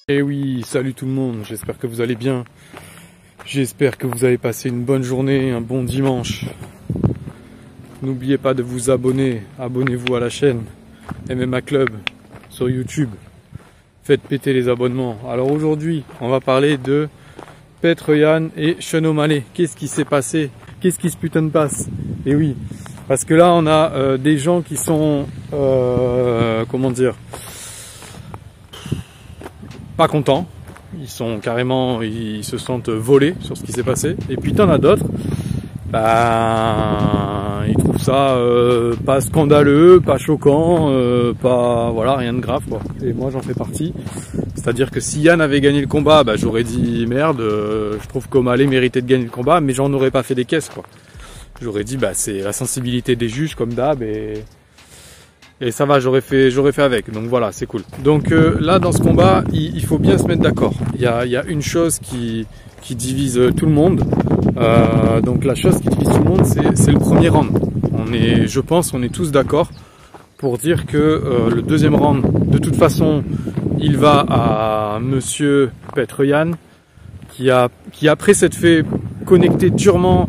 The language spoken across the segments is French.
Et oui, salut tout le monde, j'espère que vous allez bien. J'espère que vous avez passé une bonne journée, un bon dimanche. N'oubliez pas de vous abonner, abonnez-vous à la chaîne MMA Club sur YouTube. Faites péter les abonnements. Alors aujourd'hui, on va parler de Petr Yan et Sean O'Malley. Qu'est-ce qui s'est passé? Qu'est-ce qui se putain de passe? Et oui, parce que là on a des gens qui sont, comment dire, pas contents. Ils sont carrément, ils se sentent volés sur ce qui s'est passé. Et puis t'en as d'autres, ils trouvent ça pas scandaleux, pas choquant, pas voilà, rien de grave quoi. Et moi j'en fais partie. C'est-à-dire que si Yan avait gagné le combat, j'aurais dit merde, je trouve qu'O'Malley méritait de gagner le combat, mais j'en aurais pas fait des caisses quoi. J'aurais dit c'est la sensibilité des juges comme d'hab et ça va, j'aurais fait avec, donc voilà, c'est cool. Donc là dans ce combat, il faut bien se mettre d'accord. Il y a une chose qui divise tout le monde. Donc la chose qui divise tout le monde, c'est le premier round. Je pense, on est tous d'accord pour dire que le deuxième round, de toute façon, il va à Monsieur Petr Yan, qui après s'être fait connecter durement,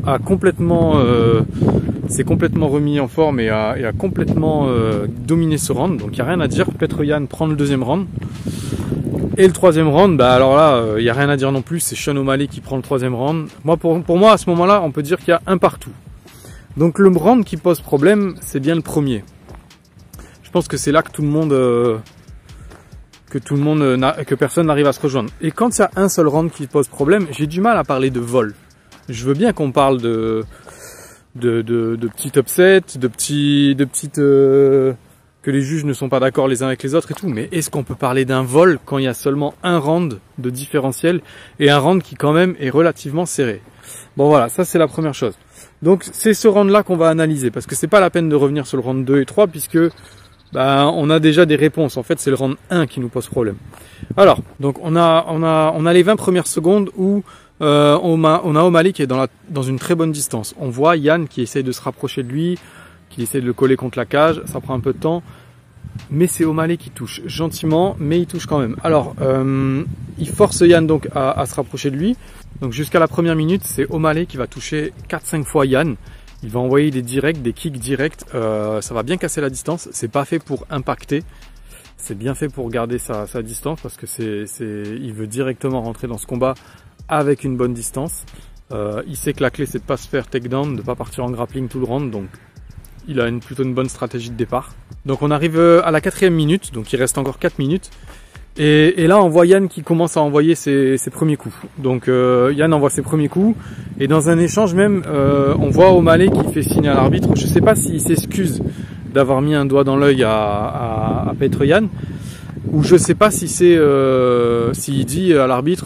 s'est complètement remis en forme et a complètement dominé ce round. Donc il n'y a rien à dire. Petr Yan prend le deuxième round. Et le troisième round, alors là, il n'y a rien à dire non plus. C'est Sean O'Malley qui prend le troisième round. Moi, pour moi, à ce moment-là, on peut dire qu'il y a un partout. Donc le round qui pose problème, c'est bien le premier. Je pense que c'est là que que personne n'arrive à se rejoindre. Et quand il y a un seul round qui pose problème, j'ai du mal à parler de vol. Je veux bien qu'on parle de petits upsets, de petites que les juges ne sont pas d'accord les uns avec les autres et tout. Mais est-ce qu'on peut parler d'un vol quand il y a seulement un round de différentiel et un round qui quand même est relativement serré? Bon voilà, ça c'est la première chose. Donc c'est ce round là qu'on va analyser parce que c'est pas la peine de revenir sur le round 2 et 3 puisque on a déjà des réponses. En fait, c'est le round 1 qui nous pose problème. Alors, donc on a les 20 premières secondes où on a O'Malley qui est dans une très bonne distance. On voit Yan qui essaye de se rapprocher de lui, qui essaie de le coller contre la cage. Ça prend un peu de temps, mais c'est O'Malley qui touche gentiment, mais il touche quand même. Alors, il force Yan donc à se rapprocher de lui. Donc jusqu'à la première minute, c'est O'Malley qui va toucher 4-5 fois Yan. Il va envoyer des directs, des kicks directs. Ça va bien casser la distance. C'est pas fait pour impacter. C'est bien fait pour garder sa distance parce que il veut directement rentrer dans ce combat avec une bonne distance. Il sait que la clé c'est de pas se faire takedown, de pas partir en grappling tout le round. Donc il a plutôt une bonne stratégie de départ. Donc on arrive à la 4e minute. Donc il reste encore 4 minutes. Et là on voit Yan qui commence à envoyer ses premiers coups. Donc Yan envoie ses premiers coups. Et dans un échange même, on voit O'Malley qui fait signe à l'arbitre. Je sais pas s'il s'excuse d'avoir mis un doigt dans l'œil à Petr Yan. Ou je sais pas si s'il dit à l'arbitre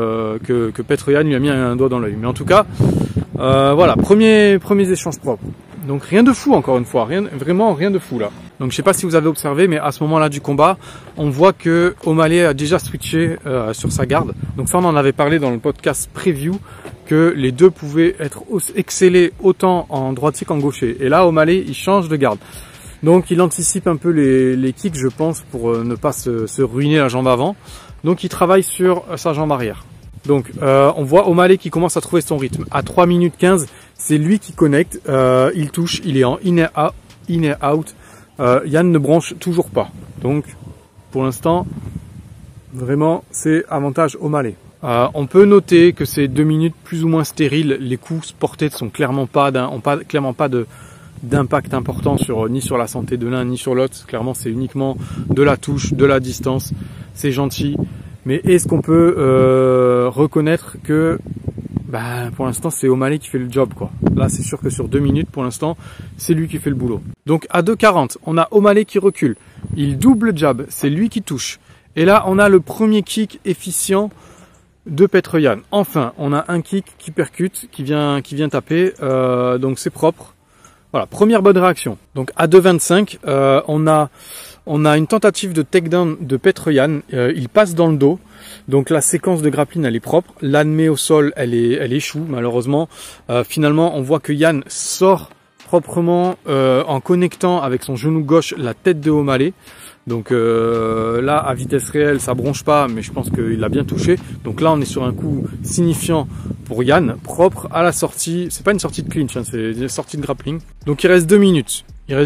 que Petr Yan lui a mis un doigt dans l'œil. Mais en tout cas, voilà, premiers échanges propres. Donc rien de fou encore une fois, vraiment rien de fou là. Donc je sais pas si vous avez observé, mais à ce moment-là du combat, on voit que O'Malley a déjà switché sur sa garde. Donc ça on en avait parlé dans le podcast preview, que les deux pouvaient exceller autant en droitier qu'en gaucher. Et là O'Malley il change de garde. Donc il anticipe un peu les kicks je pense pour ne pas se ruiner la jambe avant. Donc il travaille sur sa jambe arrière. Donc on voit O'Malley qui commence à trouver son rythme. À 3 minutes 15, c'est lui qui connecte, il touche, il est en in et out. Yan ne branche toujours pas. Donc pour l'instant, vraiment c'est avantage O'Malley. On peut noter que c'est 2 minutes plus ou moins stériles. Les coups portés sont clairement pas d'impact important ni sur la santé de l'un ni sur l'autre. Clairement c'est uniquement de la touche, de la distance. C'est gentil. Mais est-ce qu'on peut reconnaître que pour l'instant c'est O'Malley qui fait le job quoi. Là c'est sûr que sur 2 minutes pour l'instant c'est lui qui fait le boulot. Donc à 2,40 on a O'Malley qui recule. Il double jab, c'est lui qui touche. Et là on a le premier kick efficient de Petr Yan. Enfin on a un kick qui percute, qui vient taper. Donc c'est propre. Voilà, première bonne réaction. Donc à 2,25 on a une tentative de takedown de Petr Yan. Il passe dans le dos. Donc la séquence de grappling elle est propre. L'admet au sol elle échoue malheureusement. Finalement on voit que Yan sort proprement en connectant avec son genou gauche la tête de O'Malley. Donc là, à vitesse réelle, ça bronche pas, mais je pense qu'il l'a bien touché. Donc là, on est sur un coup signifiant pour Yann, propre à la sortie. C'est pas une sortie de clinch, hein, c'est une sortie de grappling. Donc il reste 2 minutes.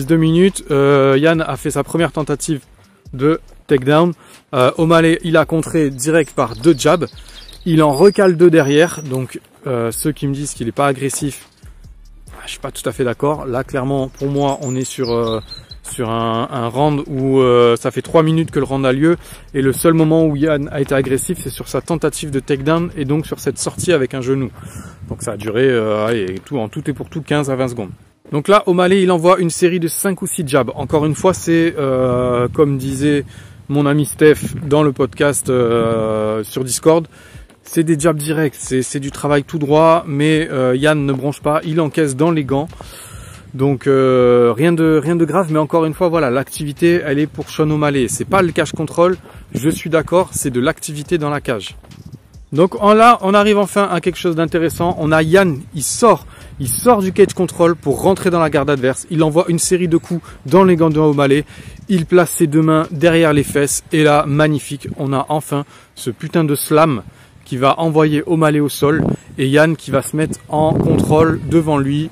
Yann a fait sa première tentative de takedown. O'Malley, il a contré direct par 2 jabs. Il en recale 2 derrière. Donc ceux qui me disent qu'il n'est pas agressif, je suis pas tout à fait d'accord. Là, clairement, pour moi, on est sur un round où ça fait 3 minutes que le round a lieu. Et le seul moment où Yann a été agressif, c'est sur sa tentative de takedown et donc sur cette sortie avec un genou. Donc ça a duré, en tout et pour tout, 15 à 20 secondes. Donc là, O'Malley, il envoie une série de 5 ou 6 jabs. Encore une fois, c'est comme disait mon ami Steph dans le podcast sur Discord, c'est des jabs directs, c'est du travail tout droit, mais Yann ne bronche pas, il encaisse dans les gants. Donc rien de grave, mais encore une fois, voilà, l'activité, elle est pour Sean O'Malley. C'est pas le cage control, je suis d'accord, c'est de l'activité dans la cage. Donc là, on arrive enfin à quelque chose d'intéressant. On a Yann, il sort du cage control pour rentrer dans la garde adverse. Il envoie une série de coups dans les gants de O'Malley. Il place ses 2 mains derrière les fesses. Et là, magnifique, on a enfin ce putain de slam qui va envoyer O'Malley au sol. Et Yann qui va se mettre en contrôle devant lui.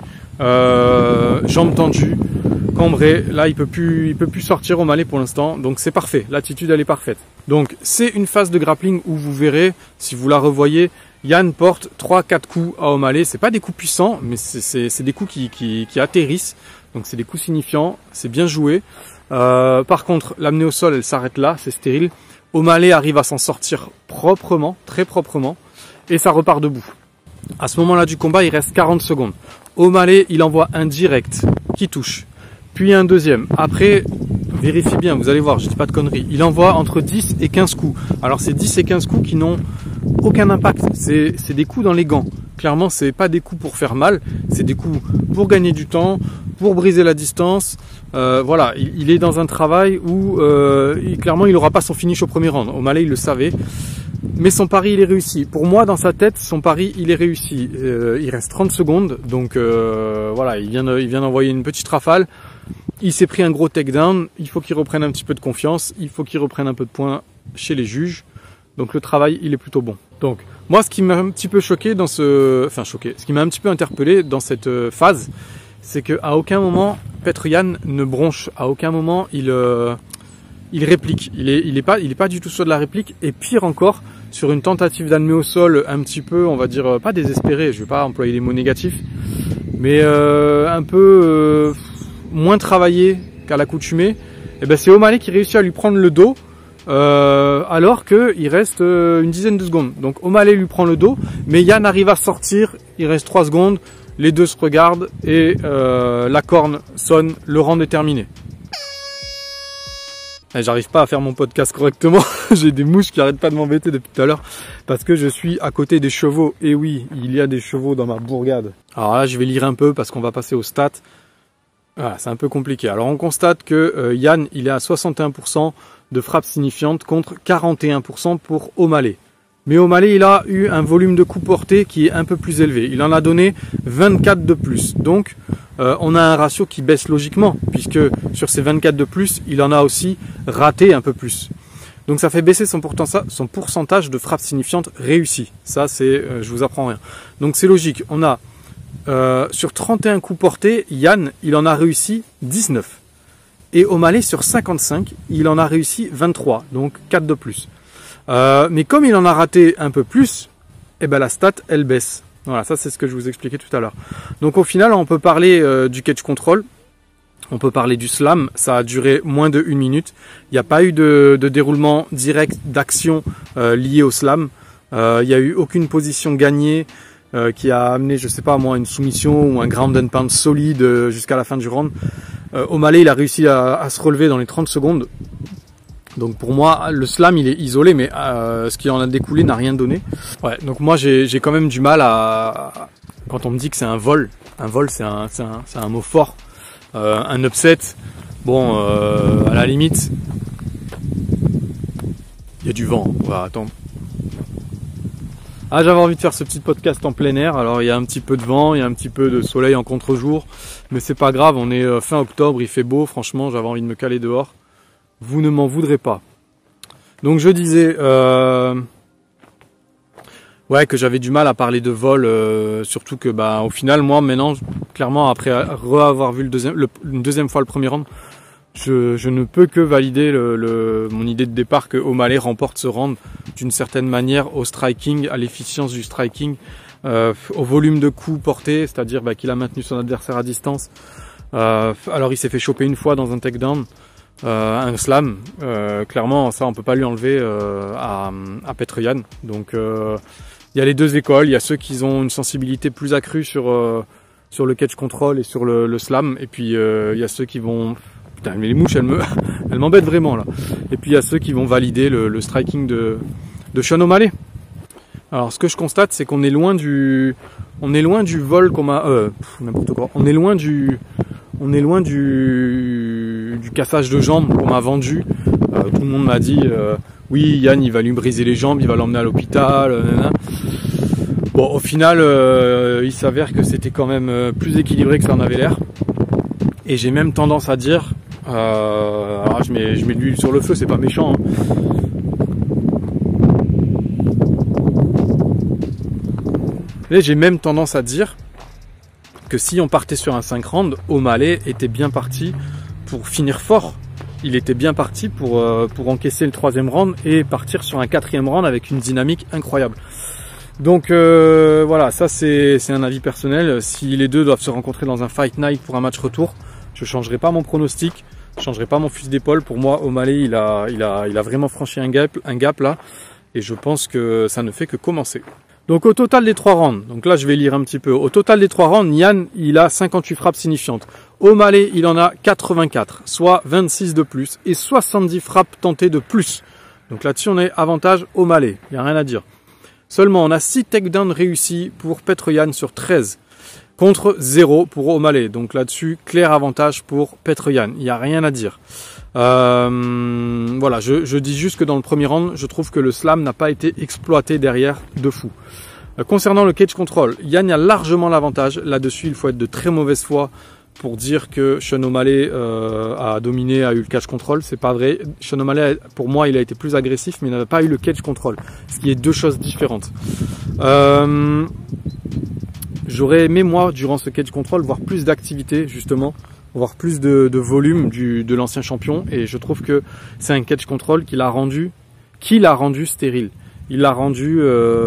Jambes tendues, cambré. Là, il peut plus sortir O'Malley pour l'instant. Donc c'est parfait. L'attitude, elle est parfaite. Donc c'est une phase de grappling où vous verrez, si vous la revoyez, Yann porte 3-4 coups à O'Malley. C'est pas des coups puissants, mais c'est des coups qui atterrissent. Donc c'est des coups signifiants. C'est bien joué. Par contre, l'amener au sol, elle s'arrête là. C'est stérile. O'Malley arrive à s'en sortir proprement, très proprement. Et ça repart debout. À ce moment-là du combat, il reste 40 secondes. O'Malley, il envoie un direct qui touche. Puis un deuxième. Après, vérifiez bien, vous allez voir, je dis pas de conneries. Il envoie entre 10 et 15 coups. Alors c'est 10 et 15 coups qui n'ont aucun impact. C'est des coups dans les gants. Clairement, c'est pas des coups pour faire mal. C'est des coups pour gagner du temps, pour briser la distance. Voilà, il est dans un travail où clairement, il n'aura pas son finish au premier round. O'Malley, il le savait. Mais son pari, il est réussi. Pour moi, dans sa tête, son pari, il est réussi. Il reste 30 secondes. Donc voilà, il vient d'envoyer une petite rafale. Il s'est pris un gros takedown. Il faut qu'il reprenne un petit peu de confiance. Il faut qu'il reprenne un peu de points chez les juges. Donc le travail, il est plutôt bon. Donc moi, ce qui m'a un petit peu choqué dans ce qui m'a un petit peu interpellé dans cette phase, c'est qu'à aucun moment, Petr Yan ne bronche. À aucun moment, il réplique. Il est pas du tout sur de la réplique. Et pire encore, sur une tentative d'amener au sol un petit peu, on va dire, pas désespéré, je vais pas employer les mots négatifs, mais un peu moins travaillé qu'à l'accoutumée, et ben c'est O'Malley qui réussit à lui prendre le dos, alors qu'il reste une dizaine de secondes. Donc O'Malley lui prend le dos, mais Yann arrive à sortir, il reste 3 secondes, les deux se regardent et la corne sonne, le round est terminé. J'arrive pas à faire mon podcast correctement, j'ai des mouches qui arrêtent pas de m'embêter depuis tout à l'heure parce que je suis à côté des chevaux. Et oui, il y a des chevaux dans ma bourgade. Alors là, je vais lire un peu parce qu'on va passer aux stats. Voilà, c'est un peu compliqué. Alors on constate que Yann, il est à 61% de frappes signifiantes contre 41% pour O'Malley. Mais O'Malley, il a eu un volume de coups portés qui est un peu plus élevé. Il en a donné 24 de plus. Donc, on a un ratio qui baisse logiquement, puisque sur ces 24 de plus, il en a aussi raté un peu plus. Donc, ça fait baisser son pourcentage de frappes signifiantes réussies. Ça, c'est, je vous apprends rien. Donc, c'est logique. On a, sur 31 coups portés, Yann, il en a réussi 19. Et O'Malley, sur 55, il en a réussi 23. Donc, 4 de plus. Mais comme il en a raté un peu plus, eh ben la stat elle baisse. Voilà, ça c'est ce que je vous expliquais tout à l'heure. Donc au final, on peut parler du catch control, on peut parler du slam, ça a duré moins de 1 minute. Il n'y a pas eu de déroulement direct d'action lié au slam. Il n'y a eu aucune position gagnée qui a amené, je sais pas moi, une soumission ou un ground and pound solide jusqu'à la fin du round. O'Malley, il a réussi à se relever dans les 30 secondes. Donc pour moi, le slam, il est isolé, mais ce qui en a découlé n'a rien donné. Ouais, donc moi, j'ai quand même du mal à... Quand on me dit que c'est un vol c'est un mot fort. Un upset, bon, à la limite, il y a du vent, on va attendre. Ah, j'avais envie de faire ce petit podcast en plein air. Alors il y a un petit peu de vent, il y a un petit peu de soleil en contre-jour, mais c'est pas grave, on est fin octobre, il fait beau, franchement j'avais envie de me caler dehors. Vous ne m'en voudrez pas. Donc je disais ouais, que j'avais du mal à parler de vol, surtout que au final moi maintenant, clairement après avoir vu une deuxième fois le premier round, je ne peux que valider mon idée de départ que O'Malley remporte ce round d'une certaine manière au striking, à l'efficience du striking, au volume de coups portés, c'est-à-dire qu'il a maintenu son adversaire à distance. Alors il s'est fait choper une fois dans un takedown, un slam. Clairement ça on peut pas lui enlever à Petr Yan. Donc il y a les deux écoles, il y a ceux qui ont une sensibilité plus accrue sur le catch control et sur le slam, et puis il y a ceux qui vont... Putain, mais les mouches, elles m'embêtent vraiment là. Et puis il y a ceux qui vont valider le striking de Sean O'Malley. Alors ce que je constate, c'est qu'on est loin du vol qu'on m'a... n'importe quoi. On est loin du cassage de jambes qu'on m'a vendu. Tout le monde m'a dit, oui, Yann, il va lui briser les jambes, il va l'emmener à l'hôpital. Bon, au final, il s'avère que c'était quand même plus équilibré que ça en avait l'air. Et j'ai même tendance à dire... alors je mets de l'huile sur le feu, c'est pas méchant. Hein. Et j'ai même tendance à dire que si on partait sur un 5 rounds, O'Malley était bien parti pour finir fort. Il était bien parti pour encaisser le 3e round et partir sur un 4e round avec une dynamique incroyable. Donc voilà, ça c'est un avis personnel. Si les deux doivent se rencontrer dans un fight night pour un match retour, je changerai pas mon pronostic, je changerai pas mon fusil d'épaule. Pour moi, O'Malley, il a vraiment franchi un gap là, et je pense que ça ne fait que commencer. Donc au total des 3 rounds, donc là je vais lire un petit peu. Au total des 3 rounds, Yan, il a 58 frappes signifiantes. O'Malley, il en a 84, soit 26 de plus, et 70 frappes tentées de plus. Donc là-dessus, on est avantage O'Malley, il n'y a rien à dire. Seulement, on a 6 takedowns réussis pour Petr Yan sur 13. Contre 0 pour O'Malley. Donc là-dessus, clair avantage pour Petr Yan. Il n'y a rien à dire. Voilà, je dis juste que dans le premier round, je trouve que le slam n'a pas été exploité derrière de fou. Concernant le cage control, Yan a largement l'avantage. Là-dessus, il faut être de très mauvaise foi pour dire que Sean O'Malley a dominé, a eu le cage control. C'est pas vrai. Sean O'Malley, pour moi, il a été plus agressif, mais il n'a pas eu le cage control. Ce qui est deux choses différentes. J'aurais aimé, moi, durant ce cage control, voir plus d'activité, justement, voir plus de volume de l'ancien champion. Et je trouve que c'est un cage control qui l'a rendu stérile. Il l'a rendu...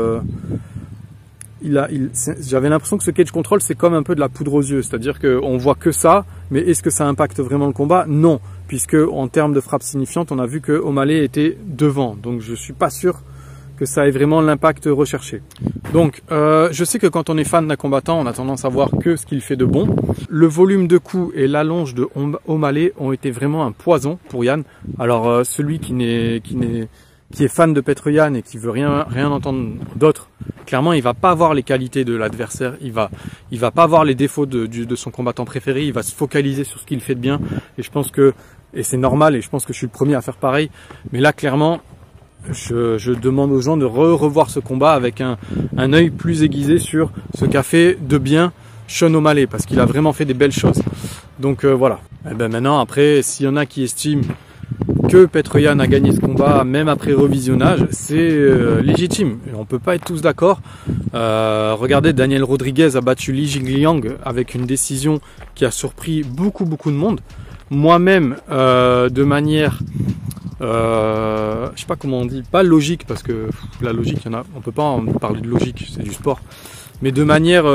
J'avais l'impression que ce cage control, c'est comme un peu de la poudre aux yeux. C'est-à-dire qu'on voit que ça, mais est-ce que ça impacte vraiment le combat? Non, puisque en termes de frappe signifiante, on a vu que O'Malley était devant. Donc je suis pas sûr que ça ait vraiment l'impact recherché. Donc, je sais que quand on est fan d'un combattant, on a tendance à voir que ce qu'il fait de bon. Le volume de coups et l'allonge de O'Malley ont été vraiment un poison pour Yan. Alors, celui qui est fan de Petr Yan et qui veut rien entendre d'autre, clairement, il va pas voir les qualités de l'adversaire. Il va pas voir les défauts de son combattant préféré. Il va se focaliser sur ce qu'il fait de bien. Et je pense que, et c'est normal, et je pense que je suis le premier à faire pareil. Mais là, clairement, je demande aux gens de revoir ce combat avec un œil plus aiguisé sur ce qu'a fait de bien Sean O'Malley, parce qu'il a vraiment fait des belles choses. Donc voilà. Et ben maintenant, après, s'il y en a qui estiment que Petr Yan a gagné ce combat, même après revisionnage, c'est légitime. Et on peut pas être tous d'accord. Regardez, Daniel Rodriguez a battu Li Jingliang avec une décision qui a surpris beaucoup de monde. Moi-même, de manière... je sais pas comment on dit, pas logique, parce que la logique, on peut pas en parler de logique, c'est du sport, mais de manière,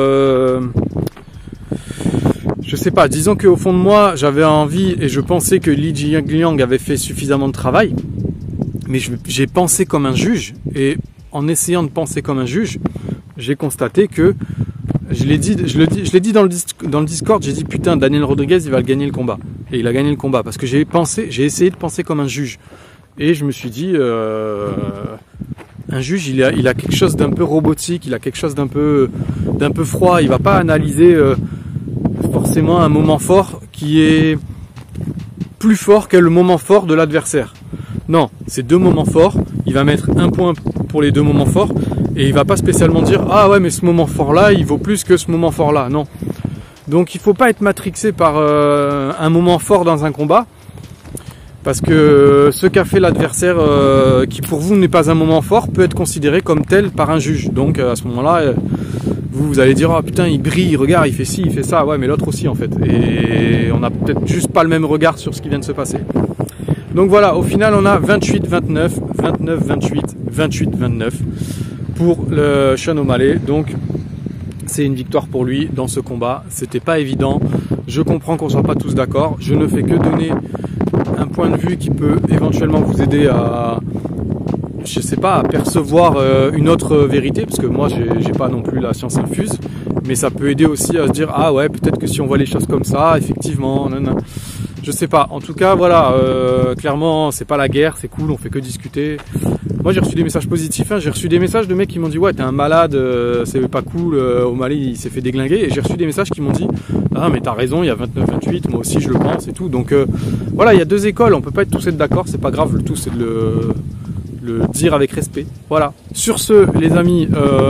je sais pas, disons qu'au fond de moi, j'avais envie et je pensais que Li Jingliang avait fait suffisamment de travail, mais j'ai pensé comme un juge, et en essayant de penser comme un juge, j'ai constaté que je l'ai dit dans le Discord, j'ai dit putain, Daniel Rodriguez, il va gagner le combat. Et il a gagné le combat parce que j'ai essayé de penser comme un juge. Et je me suis dit, un juge, il a quelque chose d'un peu robotique, il a quelque chose d'un peu froid. Il va pas analyser forcément un moment fort qui est plus fort que le moment fort de l'adversaire. Non, c'est deux moments forts. Il va mettre un point pour les deux moments forts. Et il va pas spécialement dire « Ah ouais, mais ce moment fort-là, il vaut plus que ce moment fort-là. » Non. Donc il faut pas être matrixé par un moment fort dans un combat. Parce que ce qu'a fait l'adversaire, qui pour vous n'est pas un moment fort, peut être considéré comme tel par un juge. Donc à ce moment-là, vous allez dire « Ah putain, il brille, regarde, il fait ci, il fait ça. » Ouais, mais l'autre aussi en fait. Et on n'a peut-être juste pas le même regard sur ce qui vient de se passer. Donc voilà, au final on a 28-29, 29-28, 28-29 pour le Sean O'Malley. Donc c'est une victoire pour lui dans ce combat. C'était pas évident. Je comprends qu'on soit pas tous d'accord. Je ne fais que donner un point de vue qui peut éventuellement vous aider à, je sais pas, à percevoir une autre vérité, parce que moi j'ai pas non plus la science infuse, mais ça peut aider aussi à se dire ah ouais, peut-être que si on voit les choses comme ça, effectivement, non. Je sais pas. En tout cas, voilà, clairement, c'est pas la guerre, c'est cool, on fait que discuter. Moi, j'ai reçu des messages positifs. Hein. J'ai reçu des messages de mecs qui m'ont dit ouais, t'es un malade, c'est pas cool. O'Malley, il s'est fait déglinguer. Et j'ai reçu des messages qui m'ont dit ah mais t'as raison, il y a 29-28, moi aussi je le pense et tout. Donc voilà, il y a deux écoles, on peut pas être tous être d'accord, c'est pas grave. Le tout, c'est de le dire avec respect. Voilà. Sur ce, les amis,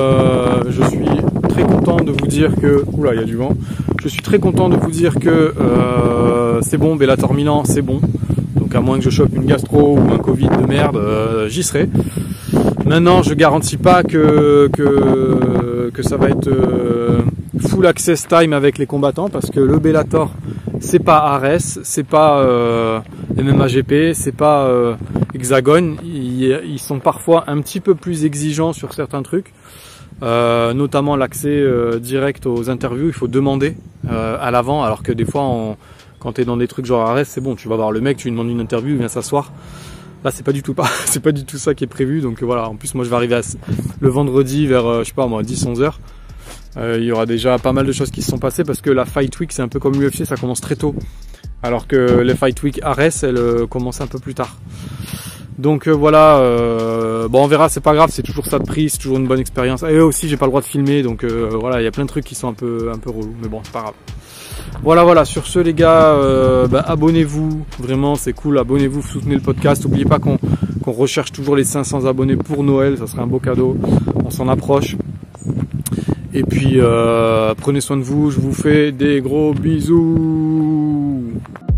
je suis très content de vous dire que oula, il y a du vent. Je suis très content de vous dire que c'est bon, Bellator Milan, c'est bon. Donc à moins que je chope une gastro ou un Covid de merde, j'y serai. Maintenant, je garantis pas que ça va être full access time avec les combattants, parce que le Bellator, c'est pas Ares, c'est pas MMAGP, c'est pas Hexagone. Ils sont parfois un petit peu plus exigeants sur certains trucs. Notamment l'accès direct aux interviews, il faut demander à l'avant, alors que des fois, quand tu es dans des trucs genre Ares, c'est bon, tu vas voir le mec, tu lui demandes une interview, il vient s'asseoir. Là, c'est pas du tout ça qui est prévu. Donc voilà, en plus moi je vais arriver le vendredi vers, je sais pas moi, 10-11 heures. Il y aura déjà pas mal de choses qui se sont passées, parce que la Fight Week, c'est un peu comme l'UFC, ça commence très tôt. Alors que les Fight Week Ares, elles commencent un peu plus tard. Donc voilà, bon on verra, c'est pas grave, c'est toujours ça de prix, c'est toujours une bonne expérience. Et eux aussi, j'ai pas le droit de filmer, donc voilà, il y a plein de trucs qui sont un peu relous, mais bon, c'est pas grave. Voilà, sur ce les gars, abonnez-vous, vraiment c'est cool, abonnez-vous, soutenez le podcast. N'oubliez pas qu'on recherche toujours les 500 abonnés pour Noël, ça serait un beau cadeau, on s'en approche. Et puis prenez soin de vous, je vous fais des gros bisous.